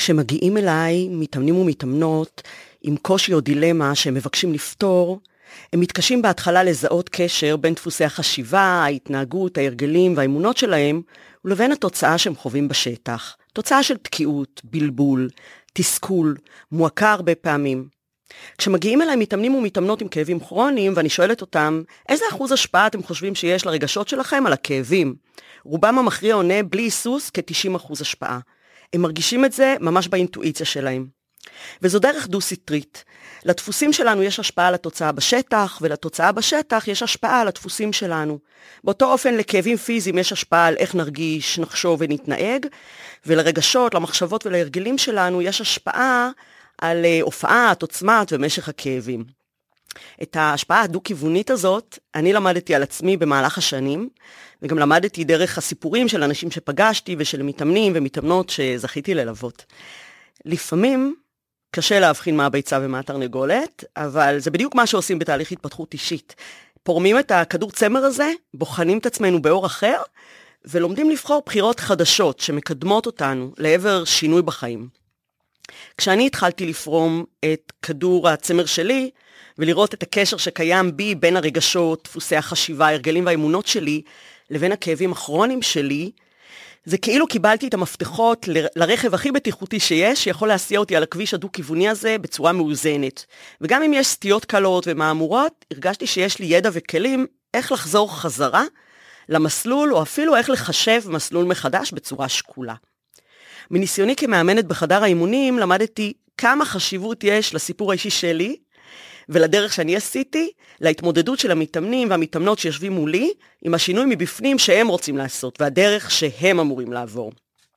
כשמגיעים אליי מתאמנים ומתאמנות עם קושי או דילמה שהם מבקשים לפתור, הם מתקשים בהתחלה לזהות קשר בין דפוסי החשיבה, ההתנהגות, ההרגלים והאמונות שלהם, ולבין התוצאה שהם חווים בשטח. תוצאה של תקיעות, בלבול, תסכול, מועקה הרבה פעמים. כשמגיעים אליי מתאמנים ומתאמנות עם כאבים כרוניים, ואני שואלת אותם, איזה אחוז השפעה אתם חושבים שיש לרגשות שלכם על הכאבים? רובם המכריע עונה בלי היסוס כ-90% השפעה. הם מרגישים את זה ממש באינטואיציה שלהם. וזו דרך דו-סטרית. לדפוסים שלנו יש השפעה על התוצאה בשטח, ולתוצאה בשטח יש השפעה על הדפוסים שלנו. באותו אופן לכאבים פיזיים יש השפעה על איך נרגיש, נחשוב ונתנהג, ולרגשות, למחשבות ולהרגלים שלנו יש השפעה על הופעת, עוצמת ומשך הכאבים. את ההשפעה הדו-כיוונית הזאת אני למדתי על עצמי במהלך השנים, וגם למדתי דרך הסיפורים של אנשים שפגשתי ושל מתאמנים ומתאמנות שזכיתי ללוות. לפעמים קשה להבחין מה הביצה ומה התרנגולת, אבל זה בדיוק מה שעושים בתהליך התפתחות אישית. פורמים את הכדור צמר הזה, בוחנים את עצמנו באור אחר, ולומדים לבחור בחירות חדשות שמקדמות אותנו לעבר שינוי בחיים. כשאני התחלתי לפרום את כדור הצמר שלי, ולראות את הקשר שקיים בי בין הרגשות, דפוסי החשיבה, הרגלים והאמונות שלי, לבין הכאבים הכרוניים שלי, זה כאילו קיבלתי את המפתחות לרכב הכי בטיחותי שיש, שיכול להסיע אותי על הכביש הדו-כיווני הזה בצורה מאוזנת. וגם אם יש סטיות קלות ומאמורות, הרגשתי שיש לי ידע וכלים איך לחזור חזרה למסלול, או אפילו איך לחשב מסלול מחדש בצורה שקולה. מניסיוני כמאמנת בחדר האימונים, למדתי כמה חשיבות יש לסיפור האישי שלי, ולדרך שאני עשיתי, להתמודדות של המתאמנים והמתאמנות שיושבים מולי, עם השינוי מבפנים שהם רוצים לעשות, והדרך שהם אמורים לעבור.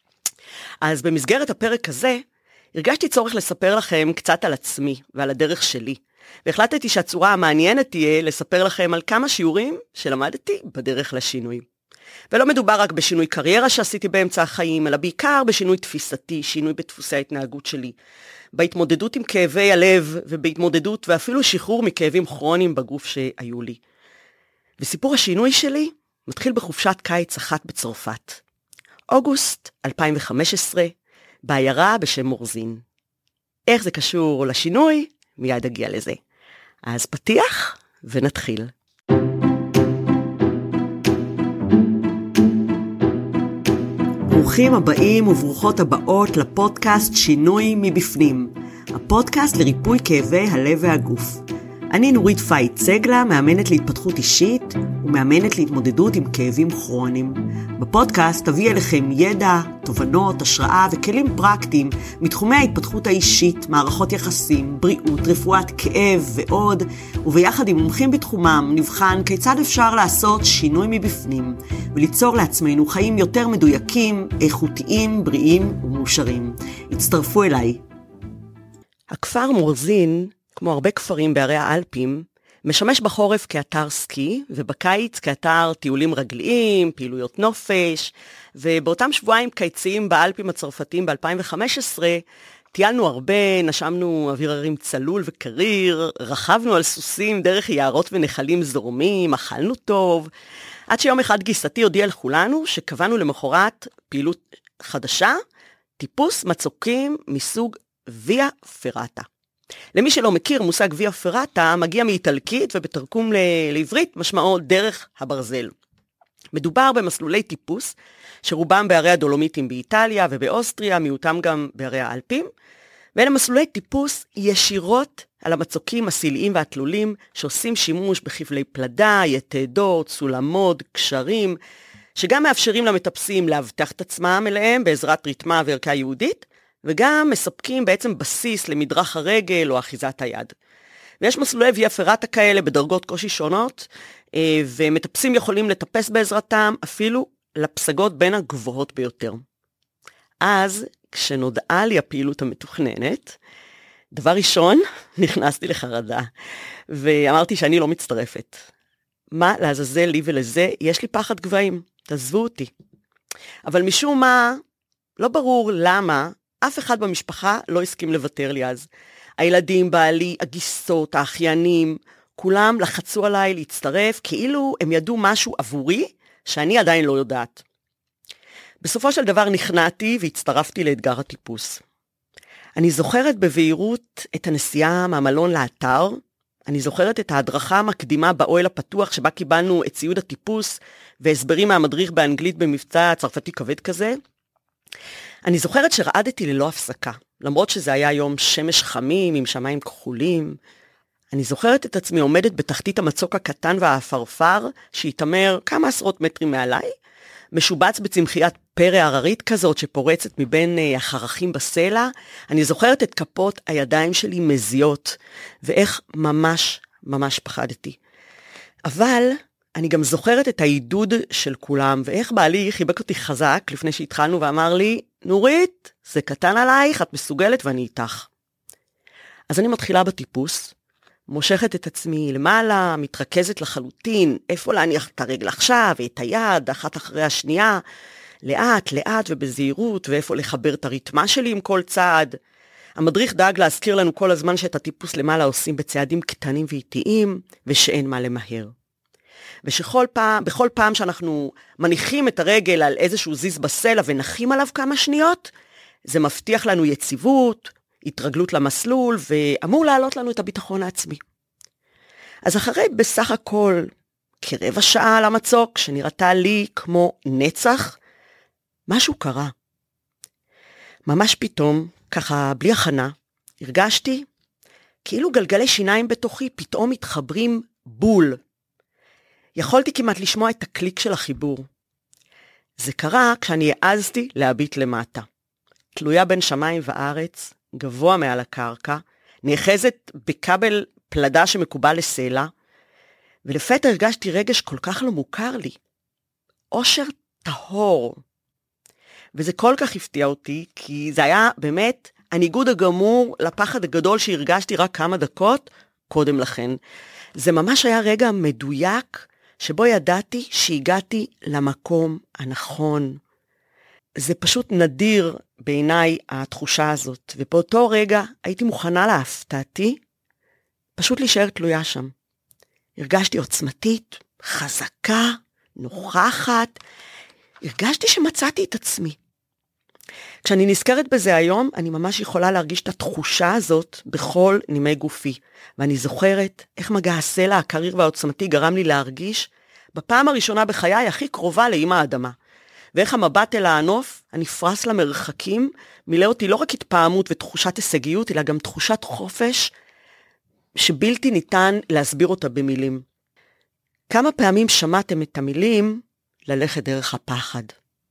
אז במסגרת הפרק הזה, הרגשתי צורך לספר לכם קצת על עצמי ועל הדרך שלי, והחלטתי שהצורה המעניינת תהיה לספר לכם על כמה שיעורים שלמדתי בדרך לשינוי. ולא מדובר רק בשינוי קריירה שעשיתי באמצע החיים, אלא בעיקר בשינוי תפיסתי, שינוי בדפוסי ההתנהגות שלי, בהתמודדות עם כאבי הלב ובהתמודדות ואפילו שחרור מכאבים כרוניים בגוף שהיו לי. וסיפור השינוי שלי מתחיל בחופשת קיץ אחת בצרפת. אוגוסט 2015, בעיירה בשם מורזין. איך זה קשור לשינוי? מיד אגיע לזה. אז פתיח ונתחיל. ברוכים הבאים וברוכות הבאות לפודקאסט שינוי מבפנים, הפודקאסט לריפוי כאבי הלב והגוף. אני נורית פייט סגלה, מאמנת להתפתחות אישית ומאמנת להתמודדות עם כאבים כרוניים. בפודקאסט תביא אליכם ידע, תובנות, השראה וכלים פרקטיים מתחומי ההתפתחות האישית, מערכות יחסים, בריאות, רפואת כאב ועוד, וביחד עם מומחים בתחומם נבחן כיצד אפשר לעשות שינוי מבפנים וליצור לעצמנו חיים יותר מדויקים, איכותיים, בריאים ומאושרים. הצטרפו אליי. הכפר מורזין, כמו הרבה כפרים בערי האלפים, משמש בחורף כאתר סקי, ובקיץ כאתר טיולים רגליים, פעילויות נופש, ובאותם שבועיים קיציים באלפים הצרפתיים ב-2015, טיילנו הרבה, נשמנו אוויר הרים צלול וקריר, רכבנו על סוסים דרך יערות ונחלים זורמים, אכלנו טוב, עד שיום אחד גיסתי הודיע לכולנו שקבענו למחרת פעילות חדשה, טיפוס מצוקים מסוג ויה פרטה. למי שלא מכיר, מושג ויה פרטה מגיע מאיטלקית ובתרגום לעברית משמעו דרך הברזל. מדובר במסלולי טיפוס שרובם בערי הדולומיטים באיטליה ובאוסטריה, מיעוטם גם בערי האלפים, ואלה מסלולי טיפוס ישירות על המצוקים הסיליים והתלולים שעושים שימוש בחבלי פלדה, יתדות, סולמות, קשרים, שגם מאפשרים למטפסים להבטח את עצמם אליהם בעזרת ריתמה וערכה יהודית, וגם מספקים בעצם בסיס למדרך הרגל או אחיזת היד. ויש מסלולי ויה פרטה כאלה בדרגות קושי שונות, ומטפסים יכולים לטפס בעזרתם אפילו לפסגות בין הגבוהות ביותר. אז כשנודעה לי הפעילות המתוכננת, דבר ראשון נכנסתי לחרדה, ואמרתי שאני לא מצטרפת. מה לעזאזל לי ולזה? יש לי פחד גבהים, תעזבו אותי. אבל משום מה, לא ברור למה, אף אחד במשפחה לא הסכים לוותר לי אז. הילדים, בעלי, הגיסות, האחיינים, כולם לחצו עליי להצטרף, כאילו הם ידעו משהו עבורי שאני עדיין לא יודעת. בסופו של דבר נכנעתי והצטרפתי לאתגר הטיפוס. אני זוכרת בבהירות את הנסיעה מהמלון לאתר, אני זוכרת את ההדרכה המקדימה באוהל הפתוח שבה קיבלנו את ציוד הטיפוס והסברים מהמדריך באנגלית במבצע צרפתי כבד כזה. אני זוכרת שרעדתי ללא הפסקה, למרות שזה היה יום שמש חמים עם שמיים כחולים. אני זוכרת את עצמי עומדת בתחתית המצוק הקטן והאפרפר שהתאמר כמה עשרות מטרים מעליי, משובץ בצמחיית פרא הררית כזאת שפורצת מבין החרכים בסלע. אני זוכרת את כפות הידיים שלי מזיות, ואיך ממש ממש פחדתי. אבל אני גם זוכרת את העידוד של כולם, ואיך בעלי חיבק אותי חזק לפני שהתחלנו ואמר לי, נורית, זה קטן עלייך, את מסוגלת ואני איתך. אז אני מתחילה בטיפוס, מושכת את עצמי למעלה, מתרכזת לחלוטין, איפה להניח את הרגל עכשיו, ואת היד, אחת אחרי השנייה, לאט, לאט ובזהירות, ואיפה לחבר את הריתמה שלי עם כל צעד. המדריך דאג להזכיר לנו כל הזמן שאת הטיפוס למעלה עושים בצעדים קטנים ואיטיים, ושאין מה למהר. בכל פעם שאנחנו מניחים את הרגל על איזשהו זיז בסלע ונחים עליו כמה שניות, זה מבטיח לנו יציבות, התרגלות למסלול, ואמור להעלות לנו את הביטחון העצמי. אז אחרי בסך הכל כרבע שעה על המצוק, שנראתה לי כמו נצח, משהו קרה. ממש פתאום, ככה בלי הכנה, הרגשתי כאילו גלגלי שיניים בתוכי פתאום מתחברים בול. יכולתי כמעט לשמוע את הקליק של החיבור. זה קרה כשאני העזתי להביט למטה. תלויה בין שמיים וארץ, גבוה מעל הקרקע, נאחזת בכבל פלדה שמקובל לסלע, ולפתע הרגשתי רגש כל כך לא מוכר לי. אושר טהור. וזה כל כך הפתיע אותי, כי זה היה באמת הניגוד הגמור לפחד הגדול שהרגשתי רק כמה דקות קודם לכן. זה ממש היה רגע מדויק, שבו ידעתי שהגעתי למקום הנכון. זה פשוט נדיר בעיניי התחושה הזאת, ובאותו רגע הייתי מוכנה להפתעתי, פשוט להישאר תלויה שם. הרגשתי עוצמתית, חזקה, נוכחת, הרגשתי שמצאתי את עצמי. כשאני נזכרת בזה היום, אני ממש יכולה להרגיש את התחושה הזאת בכל נימי גופי, ואני זוכרת איך מגע הסלע הקריר והעוצמתי גרם לי להרגיש בפעם הראשונה בחיי הכי קרובה לאמא האדמה, ואיך המבט אל הענוף הנפרס למרחקים מילא אותי לא רק התפעמות ותחושת הישגיות, אלא גם תחושת חופש שבלתי ניתן להסביר אותה במילים. כמה פעמים שמעתם את המילים ללכת דרך הפחד?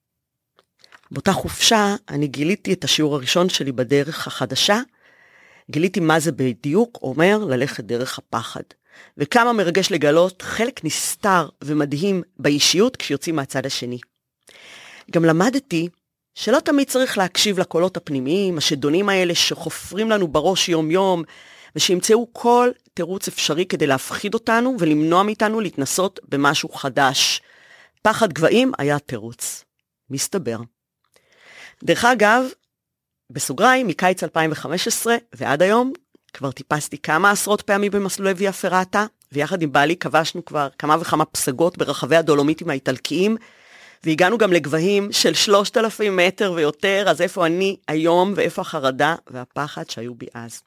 באותה חופשה אני גיליתי את השיעור הראשון שלי בדרך החדשה, גיליתי מה זה בדיוק אומר ללכת דרך הפחד, וכמה מרגש לגלות חלק נסתר ומדהים באישיות כשיוצאים מהצד השני. גם למדתי שלא תמיד צריך להקשיב לקולות הפנימיים, השדונים האלה שחופרים לנו בראש יום יום, ושימצאו כל תירוץ אפשרי כדי להפחיד אותנו ולמנוע מאיתנו להתנסות במשהו חדש. פחד גבהים היה תירוץ. מסתבר. דרך אגב, בסוגריים, מקיץ 2015 ועד היום, כבר טיפסתי כמה עשרות פעמים במסלולי ויה פרטה, ויחד עם בעלי כבשנו כבר כמה וכמה פסגות ברחבי הדולומיטים האיטלקיים, והגענו גם לגבהים של 3,000 מטר ויותר, אז איפה אני היום ואיפה החרדה והפחד שהיו בי אז.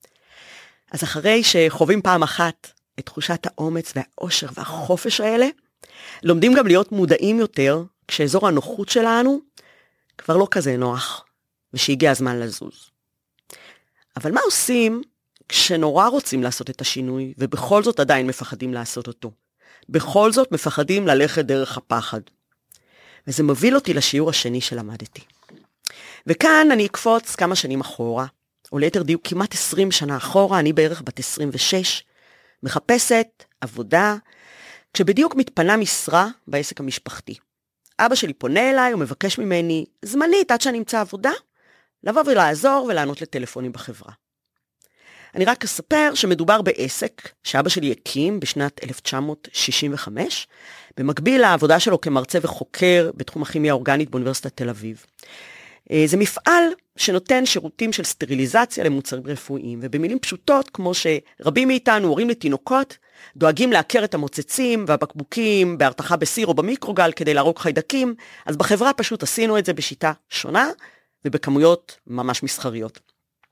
אז אחרי שחווים פעם אחת את תחושת האומץ והאושר והחופש האלה, לומדים גם להיות מודעים יותר כשאזור הנוחות שלנו כבר לא כזה נוח, ושהגיע הזמן לזוז. אבל מה עושים כשנורא רוצים לעשות את השינוי, ובכל זאת עדיין מפחדים לעשות אותו? בכל זאת מפחדים ללכת דרך הפחד. וזה מוביל אותי לשיעור השני שלמדתי. וכאן אני אקפוץ כמה שנים אחורה, או ליתר דיוק כמעט 20 שנה אחורה, אני בערך בת 26, מחפשת עבודה, כשבדיוק מתפנה משרה בעסק המשפחתי. אבא שלי פונה אליי ומבקש ממני זמנית עד שאני אמצא עבודה, לבוא ולעזור ולענות לטלפונים בחברה. אני רק אספר שמדובר בעסק שאבא שלי הקים בשנת 1965, במקביל לעבודה שלו כמרצה וחוקר בתחום הכימיה האורגנית באוניברסיטת תל אביב. זה מפעל שנותן שירותים של סטריליזציה למוצרים רפואיים, ובמילים פשוטות כמו שרבים מאיתנו, הורים לתינוקות, דואגים להכר את המוצצים והבקבוקים בהרתחה בסיר או במיקרוגל כדי להרוג חיידקים, אז בחברה פשוט עשינו את זה בשיטה שונה ובכמויות ממש מסחריות.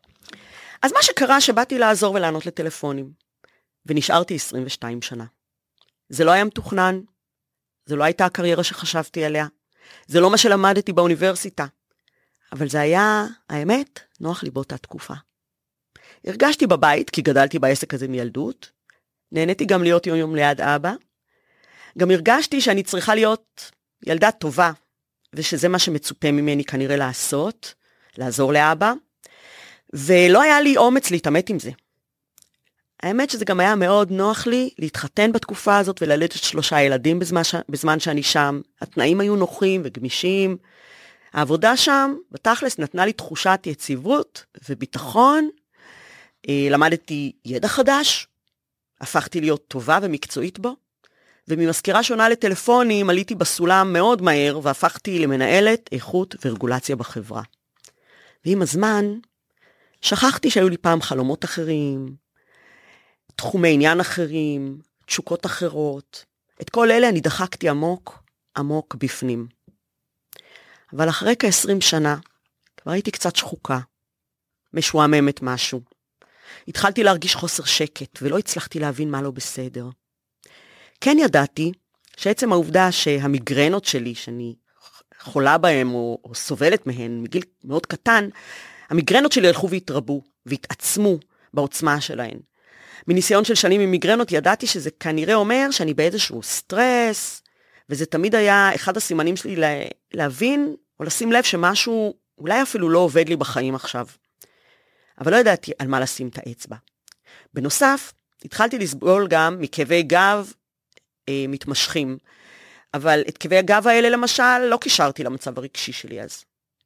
אז מה שקרה שבאתי לעזור ולענות לטלפונים, ונשארתי 22 שנה. זה לא היה מתוכנן, זה לא הייתה הקריירה שחשבתי עליה, זה לא מה שלמדתי באוניברסיטה, אבל זה היה, האמת, נוח לי באותה תקופה. הרגשתי בבית, כי גדלתי בעסק הזה מילדות, נהניתי גם להיות יום יום ליד אבא, גם הרגשתי שאני צריכה להיות ילדה טובה, ושזה מה שמצופה ממני כנראה לעשות, לעזור לאבא, ולא היה לי אומץ להתאמת עם זה. האמת שזה גם היה מאוד נוח לי להתחתן בתקופה הזאת וללדת 3 ילדים בזמן שאני שם. התנאים היו נוחים וגמישים. העבודה שם, בתכלס, נתנה לי תחושת יציבות וביטחון. למדתי ידע חדש, הפכתי להיות טובה ומקצועית בו, וממזכירה שונה לטלפונים עליתי בסולם מאוד מהר והפכתי למנהלת איכות ורגולציה בחברה. ועם הזמן שכחתי שהיו לי פעם חלומות אחרים, תחומי עניין אחרים, תשוקות אחרות. את כל אלה אני דחקתי עמוק, עמוק בפנים. אבל אחרי כ-20 שנה, כבר הייתי קצת שחוקה, משועממת משהו. התחלתי להרגיש חוסר שקט, ולא הצלחתי להבין מה לא בסדר. כן ידעתי שעצם העובדה שהמיגרנות שלי, שאני חולה בהם או סובלת מהן מגיל מאוד קטן, המיגרנות שלי הלכו והתרבו והתעצמו בעוצמה שלהן. מניסיון של שנים עם מיגרנות ידעתי שזה כנראה אומר שאני באיזשהו סטרס, וזה תמיד היה אחד הסימנים שלי להבין או לשים לב שמשהו אולי אפילו לא עובד לי בחיים עכשיו. אבל לא ידעתי על מה לשים את האצבע. בנוסף, התחלתי לסבול גם מכאבי גב מתמשכים, אבל את כאבי הגב האלה למשל לא קישרתי למצב הרגשי שלי אז.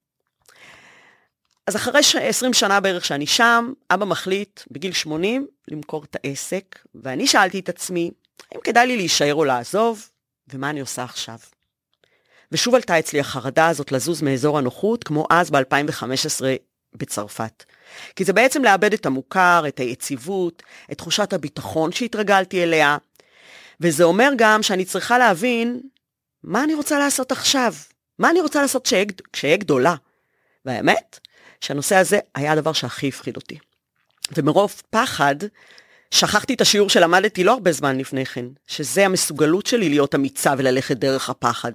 אז אחרי 20 שנה בערך שאני שם, אבא מחליט בגיל 80 למכור את העסק, ואני שאלתי את עצמי, האם כדאי לי להישאר או לעזוב, ומה אני עושה עכשיו? ושוב עלתה אצלי החרדה הזאת לזוז מאזור הנוחות, כמו אז ב-2015 בצרפת. כי זה בעצם לאבד את המוכר, את היציבות, את תחושת הביטחון שהתרגלתי אליה, וזה אומר גם שאני צריכה להבין מה אני רוצה לעשות עכשיו, מה אני רוצה לעשות כשאהיה גדולה. והאמת, שהנושא הזה היה הדבר שהכי הפחיד אותי. ומרוב פחד, שכחתי את השיעור שלמדתי לא הרבה זמן לפני כן, שזה המסוגלות שלי להיות אמיצה וללכת דרך הפחד.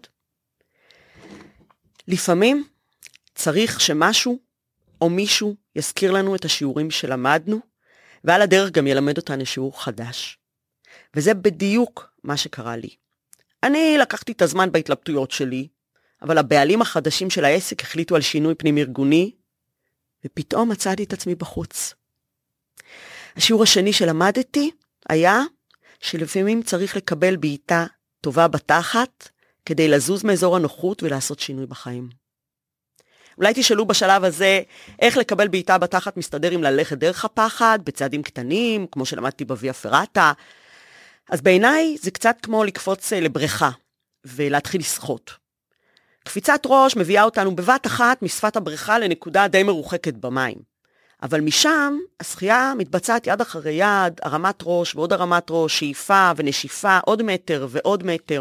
לפעמים צריך שמשהו או מישהו יזכיר לנו את השיעורים שלמדנו, ועל הדרך גם ילמד אותנו שיעור חדש. וזה בדיוק מה שקרה לי. אני לקחתי את הזמן בהתלבטויות שלי, אבל הבעלים החדשים של העסק החליטו על שינוי פנים ארגוני, ופתאום מצאתי את עצמי בחוץ. השיעור השני שלמדתי היה שלפעמים צריך לקבל בעיטה טובה בתחת, כדי לזוז מאזור הנוחות ולעשות שינוי בחיים. אולי תשאלו בשלב הזה, איך לקבל בעיטה בתחת מסתדר עם ללכת דרך הפחד, בצעדים קטנים, כמו שלמדתי בוויה פרטה. אז בעיניי זה קצת כמו לקפוץ לבריכה, ולהתחיל לשחות. קפיצת ראש מביאה אותנו בבת אחת משפת הבריכה לנקודה די מרוחקת במים. אבל משם השחייה מתבצעת יד אחרי יד, הרמת ראש ועוד הרמת ראש, שאיפה ונשיפה, עוד מטר ועוד מטר.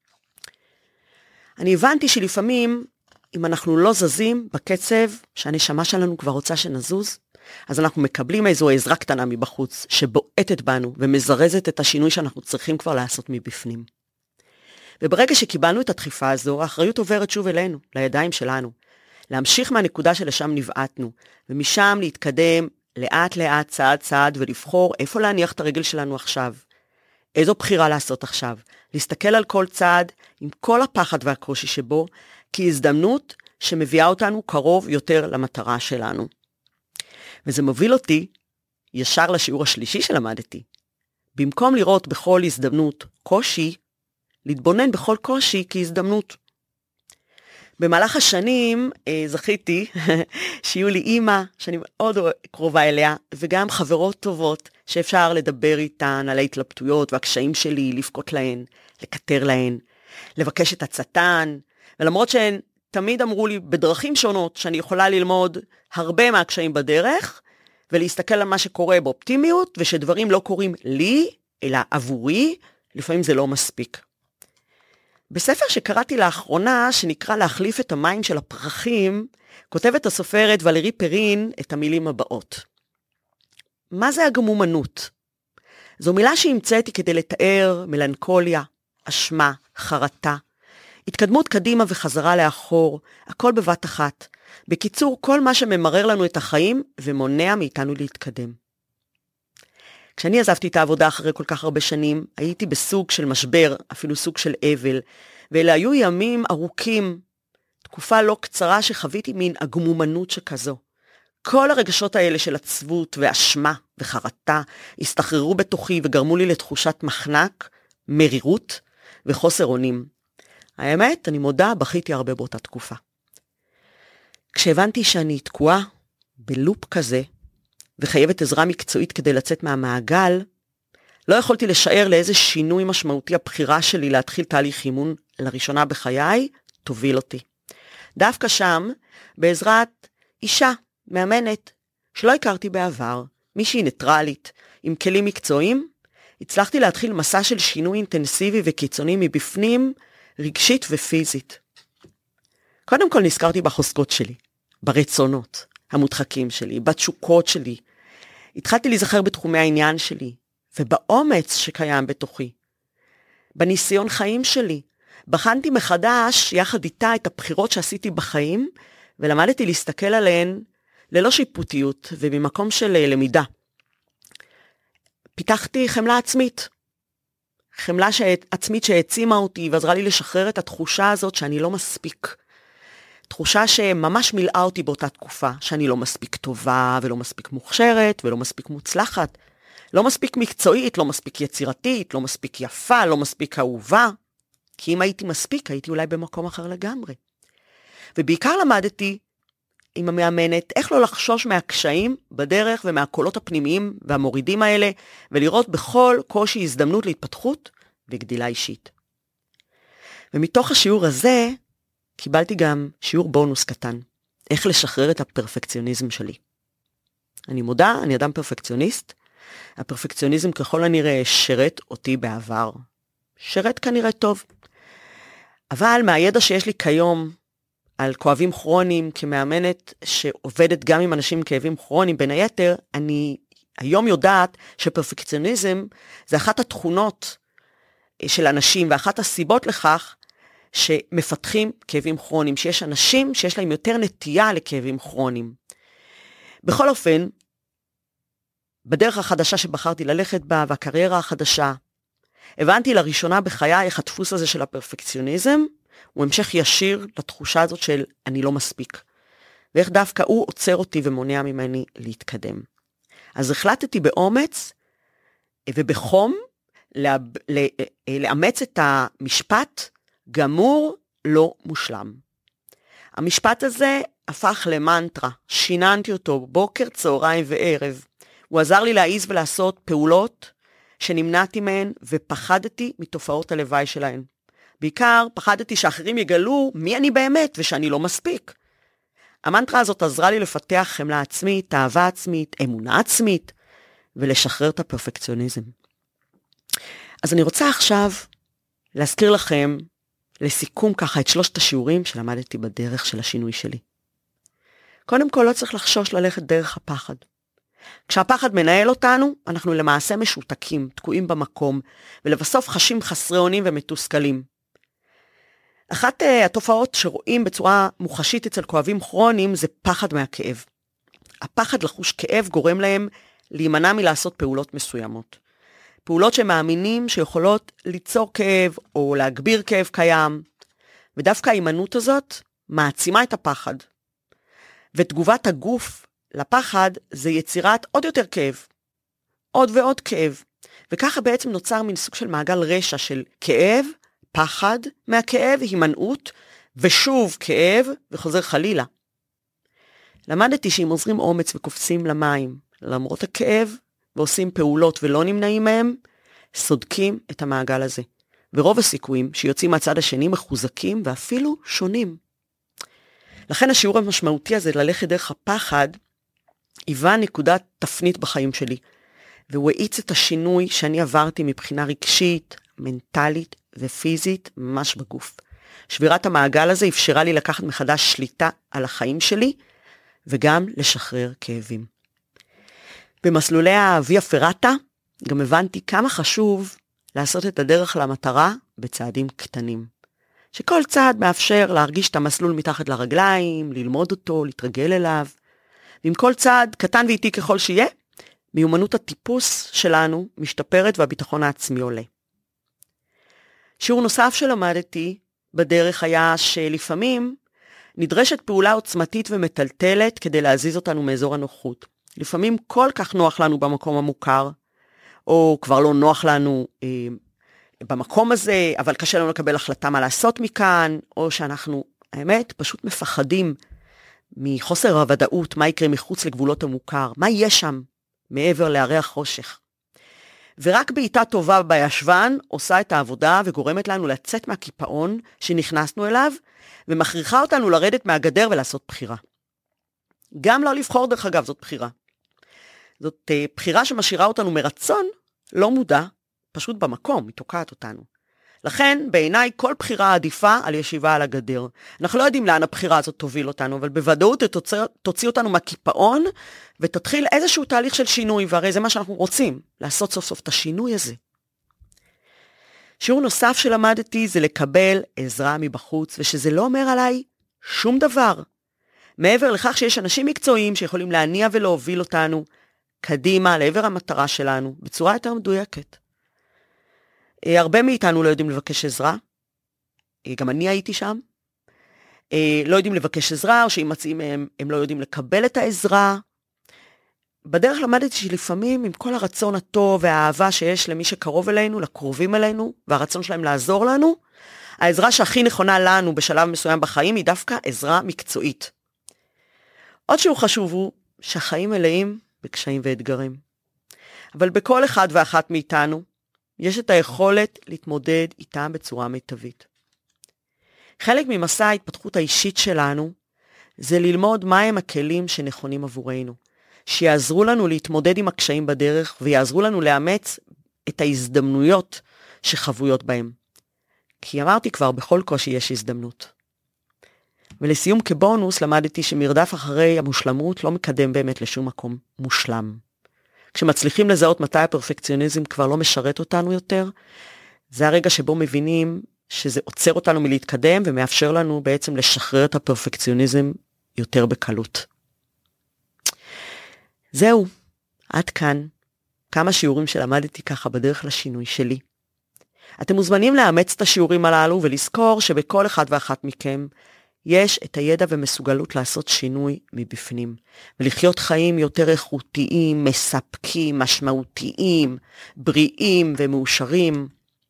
אני הבנתי שלפעמים, אם אנחנו לא זזים בקצב שהנשמה שלנו כבר רוצה שנזוז, אז אנחנו מקבלים איזו עזרה קטנה מבחוץ, שבועטת בנו ומזרזת את השינוי שאנחנו צריכים כבר לעשות מבפנים. וברגע שקיבלנו את הדחיפה הזו, האחריות עוברת שוב אלינו, לידיים שלנו. להמשיך מהנקודה שלשם נבעטנו, ומשם להתקדם לאט לאט, צעד צעד, ולבחור איפה להניח את הרגל שלנו עכשיו. איזו בחירה לעשות עכשיו. להסתכל על כל צעד, עם כל הפחד והקושי שבו, כהזדמנות שמביאה אותנו קרוב יותר למטרה שלנו. וזה מוביל אותי ישר לשיעור השלישי שלמדתי. במקום לראות בכל הזדמנות קושי, להתבונן בכל קושי כהזדמנות. במהלך השנים זכיתי שיהיו לי אימא שאני מאוד קרובה אליה, וגם חברות טובות שאפשר לדבר איתן על ההתלבטויות והקשיים שלי, לפקות להן, לקטר להן, לבקש את עצתן, ולמרות שהן תמיד אמרו לי בדרכים שונות שאני יכולה ללמוד הרבה מהקשיים בדרך, ולהסתכל על מה שקורה באופטימיות, ושדברים לא קורים לי, אלא עבורי, לפעמים זה לא מספיק. בספר שקראתי לאחרונה, שנקרא להחליף את המים של הפרחים, כותבת הסופרת ולרי פרין את המילים הבאות. מה זה הגמומנות? זו מילה שהמצאתי כדי לתאר מלנכוליה, אשמה, חרטה, התקדמות קדימה וחזרה לאחור, הכל בבת אחת. בקיצור, כל מה שממרר לנו את החיים ומונע מאיתנו להתקדם. כשאני עזבתי את העבודה אחרי כל כך הרבה שנים, הייתי בסוג של משבר, אפילו סוג של אבל, ואלה היו ימים ארוכים, תקופה לא קצרה שחוויתי מין הגמומנות שכזו. כל הרגשות האלה של עצבות ואשמה וחרטה הסתחררו בתוכי וגרמו לי לתחושת מחנק, מרירות וחוסר אונים. האמת, אני מודה, בכיתי הרבה באותה תקופה. כשהבנתי שאני תקועה בלופ כזה, וחייבת עזרה מקצועית כדי לצאת מהמעגל, לא יכולתי לשער לאיזה שינוי משמעותי הבחירה שלי להתחיל תהליך אימון לראשונה בחיי, תוביל אותי. דווקא שם, בעזרת אישה, מאמנת, שלא הכרתי בעבר, מישהי ניטרלית, עם כלים מקצועיים, הצלחתי להתחיל מסע של שינוי אינטנסיבי וקיצוני מבפנים, רגשית ופיזית. קודם כל נזכרתי בחוזקות שלי, ברצונות המודחקים שלי, בתשוקות שלי. התחלתי להיזכר בתחומי העניין שלי, ובאומץ שקיים בתוכי. בניסיון חיים שלי, בחנתי מחדש יחד איתה את הבחירות שעשיתי בחיים, ולמדתי להסתכל עליהן ללא שיפוטיות ובמקום של למידה. פיתחתי חמלה עצמית. חמלה עצמית שהעצימה אותי ועזרה לי לשחרר את התחושה הזאת שאני לא מספיק. תחושה שממש מילאה אותי באותה תקופה, שאני לא מספיק טובה ולא מספיק מוכשרת ולא מספיק מוצלחת, לא מספיק מקצועית, לא מספיק יצירתית, לא מספיק יפה, לא מספיק אהובה, כי אם הייתי מספיק, הייתי אולי במקום אחר לגמרי. ובעיקר למדתי עם המאמנת איך לא לחשוש מהקשיים בדרך ומהקולות הפנימיים והמורידים האלה, ולראות בכל קושי הזדמנות להתפתחות וגדילה אישית. ומתוך השיעור הזה, קיבלתי גם שיעור בונוס קטן, איך לשחרר את הפרפקציוניזם שלי. אני מודה, אני אדם פרפקציוניסט, הפרפקציוניזם ככל הנראה שרת אותי בעבר. שרת כנראה טוב. אבל מהידע שיש לי כיום על כואבים כרוניים כמאמנת שעובדת גם עם אנשים עם כאבים כרוניים, בין היתר, אני היום יודעת שפרפקציוניזם זה אחת התכונות של אנשים, ואחת הסיבות לכך שמפתחים כאבים כרוניים, שיש אנשים שיש להם יותר נטייה לכאבים כרוניים. בכל אופן, בדרך החדשה שבחרתי ללכת בה, והקריירה החדשה, הבנתי לראשונה בחיי איך הדפוס הזה של הפרפקציוניזם, הוא המשך ישיר לתחושה הזאת של אני לא מספיק. ואיך דווקא הוא עוצר אותי ומונע ממני להתקדם. אז החלטתי באומץ ובחום לאמץ את המשפט גמור לא מושלם. המשפט הזה הפך למנטרה, שיננתי אותו בוקר, צהריים וערב. הוא עזר לי להעיז ולעשות פעולות שנמנעתי מהן ופחדתי מתופעות הלוואי שלהן. בעיקר פחדתי שאחרים יגלו מי אני באמת ושאני לא מספיק. המנטרה הזאת עזרה לי לפתח חמלה עצמית, אהבה עצמית, אמונה עצמית, ולשחרר את הפרפקציוניזם. אז אני רוצה עכשיו להזכיר לכם, לסיכום ככה, את 3 השיעורים שלמדתי בדרך של השינוי שלי. קודם כל, לא צריך לחשוש ללכת דרך הפחד. כשהפחד מנהל אותנו, אנחנו למעשה משותקים, תקועים במקום, ולבסוף חשים חסרי אונים ומתוסכלים. אחת התופעות שרואים בצורה מוחשית אצל כואבים כרוניים זה פחד מהכאב. הפחד לחוש כאב גורם להם להימנע מלעשות פעולות מסוימות. פעולות שמאמינים שיכולות ליצור כאב או להגביר כאב קיים. ודווקא ההימנעות הזאת מעצימה את הפחד. ותגובת הגוף לפחד זה יצירת עוד יותר כאב. עוד ועוד כאב. וככה בעצם נוצר מין סוג של מעגל רשע של כאב, פחד מהכאב, הימנעות, ושוב כאב וחוזר חלילה. למדתי שאם עוזרים אומץ וקופצים למים, למרות הכאב, ועושים פעולות ולא נמנעים מהם, סודקים את המעגל הזה. ורוב הסיכויים שיוצאים מהצד השני מחוזקים ואפילו שונים. לכן השיעור המשמעותי הזה ללכת דרך הפחד, היווה נקודת תפנית בחיים שלי, והוא האיץ את השינוי שאני עברתי מבחינה רגשית, מנטלית ופיזית ממש בגוף. שבירת המעגל הזה אפשרה לי לקחת מחדש שליטה על החיים שלי, וגם לשחרר כאבים. במסלולי הוויה פרטה גם הבנתי כמה חשוב לעשות את הדרך למטרה בצעדים קטנים. שכל צעד מאפשר להרגיש את המסלול מתחת לרגליים, ללמוד אותו, להתרגל אליו. ועם כל צעד, קטן ואיטי ככל שיהיה, מיומנות הטיפוס שלנו משתפרת והביטחון העצמי עולה. שיעור נוסף שלמדתי בדרך היה שלפעמים נדרשת פעולה עוצמתית ומטלטלת כדי להזיז אותנו מאזור הנוחות. לפעמים כל כך נוח לנו במקום המוכר, או כבר לא נוח לנו במקום הזה, אבל קשה לנו לקבל החלטה מה לעשות מכאן, או שאנחנו, האמת, פשוט מפחדים מחוסר הוודאות, מה יקרה מחוץ לגבולות המוכר, מה יש שם מעבר להרי החושך. ורק בעיטה טובה בישבן עושה את העבודה וגורמת לנו לצאת מהקיפאון שנכנסנו אליו, ומכריחה אותנו לרדת מהגדר ולעשות בחירה. גם לא לבחור דרך אגב, זאת בחירה. זאת בחירה שמשאירה אותנו מרצון, לא מודע, פשוט במקום, היא תוקעת אותנו. לכן, בעיניי, כל בחירה עדיפה על ישיבה על הגדר. אנחנו לא יודעים לאן הבחירה הזאת תוביל אותנו, אבל בוודאות תוציא אותנו מהקיפאון, ותתחיל איזשהו תהליך של שינוי, והרי זה מה שאנחנו רוצים, לעשות סוף סוף את השינוי הזה. שיעור נוסף שלמדתי זה לקבל עזרה מבחוץ, ושזה לא אומר עליי שום דבר. מעבר לכך שיש אנשים מקצועיים שיכולים להניע ולהוביל אותנו קדימה לעבר המטרה שלנו, בצורה יותר מדויקת. הרבה מאיתנו לא יודעים לבקש עזרה, גם אני הייתי שם, לא יודעים לבקש עזרה, או שאם מציעים הם לא יודעים לקבל את העזרה. בדרך למדתי שלפעמים עם כל הרצון הטוב והאהבה שיש למי שקרוב אלינו, לקרובים אלינו, והרצון שלהם לעזור לנו, העזרה שהכי נכונה לנו בשלב מסוים בחיים היא דווקא עזרה מקצועית. עוד שהוא חשוב הוא שהחיים מלאים בקשיים ואתגרים. אבל בכל אחד ואחת מאיתנו, יש את היכולת להתמודד איתם בצורה מיטבית. חלק ממסע ההתפתחות האישית שלנו, זה ללמוד מהם הכלים שנכונים עבורנו, שיעזרו לנו להתמודד עם הקשיים בדרך, ויעזרו לנו לאמץ את ההזדמנויות שחבויות בהם. כי אמרתי כבר, בכל קושי יש הזדמנות. ולסיום כבונוס למדתי שמרדף אחרי המושלמות לא מקדם באמת לשום מקום מושלם. כשמצליחים לזהות מתי הפרפקציוניזם כבר לא משרת אותנו יותר, זה הרגע שבו מבינים שזה עוצר אותנו מלהתקדם, ומאפשר לנו בעצם לשחרר את הפרפקציוניזם יותר בקלות. זהו, עד כאן כמה שיעורים שלמדתי ככה בדרך לשינוי שלי. אתם מוזמנים לאמץ את השיעורים הללו ולזכור שבכל אחד ואחת מכם יש את הידע ומסוגלות לעשות שינוי מבפנים, ולחיות חיים יותר איכותיים, מספקים, משמעותיים, בריאים ומאושרים.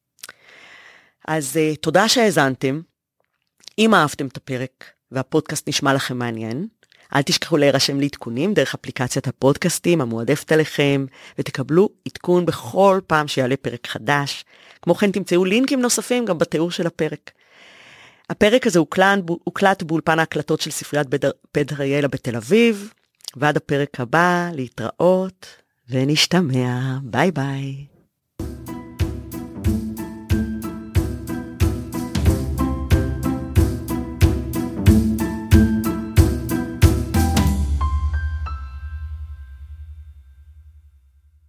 אז תודה שהאזנתם. אם אהבתם את הפרק והפודקאסט נשמע לכם מעניין, אל תשכחו להירשם לעדכונים דרך אפליקציית הפודקאסטים המועדפת עליכם, ותקבלו עדכון בכל פעם שיעלה פרק חדש. כמו כן תמצאו לינקים נוספים גם בתיאור של הפרק. הפרק הזה הוקלט באולפן ההקלטות של ספריית בית אריאלה בתל אביב, ועד הפרק הבא להתראות ונשתמע. ביי ביי.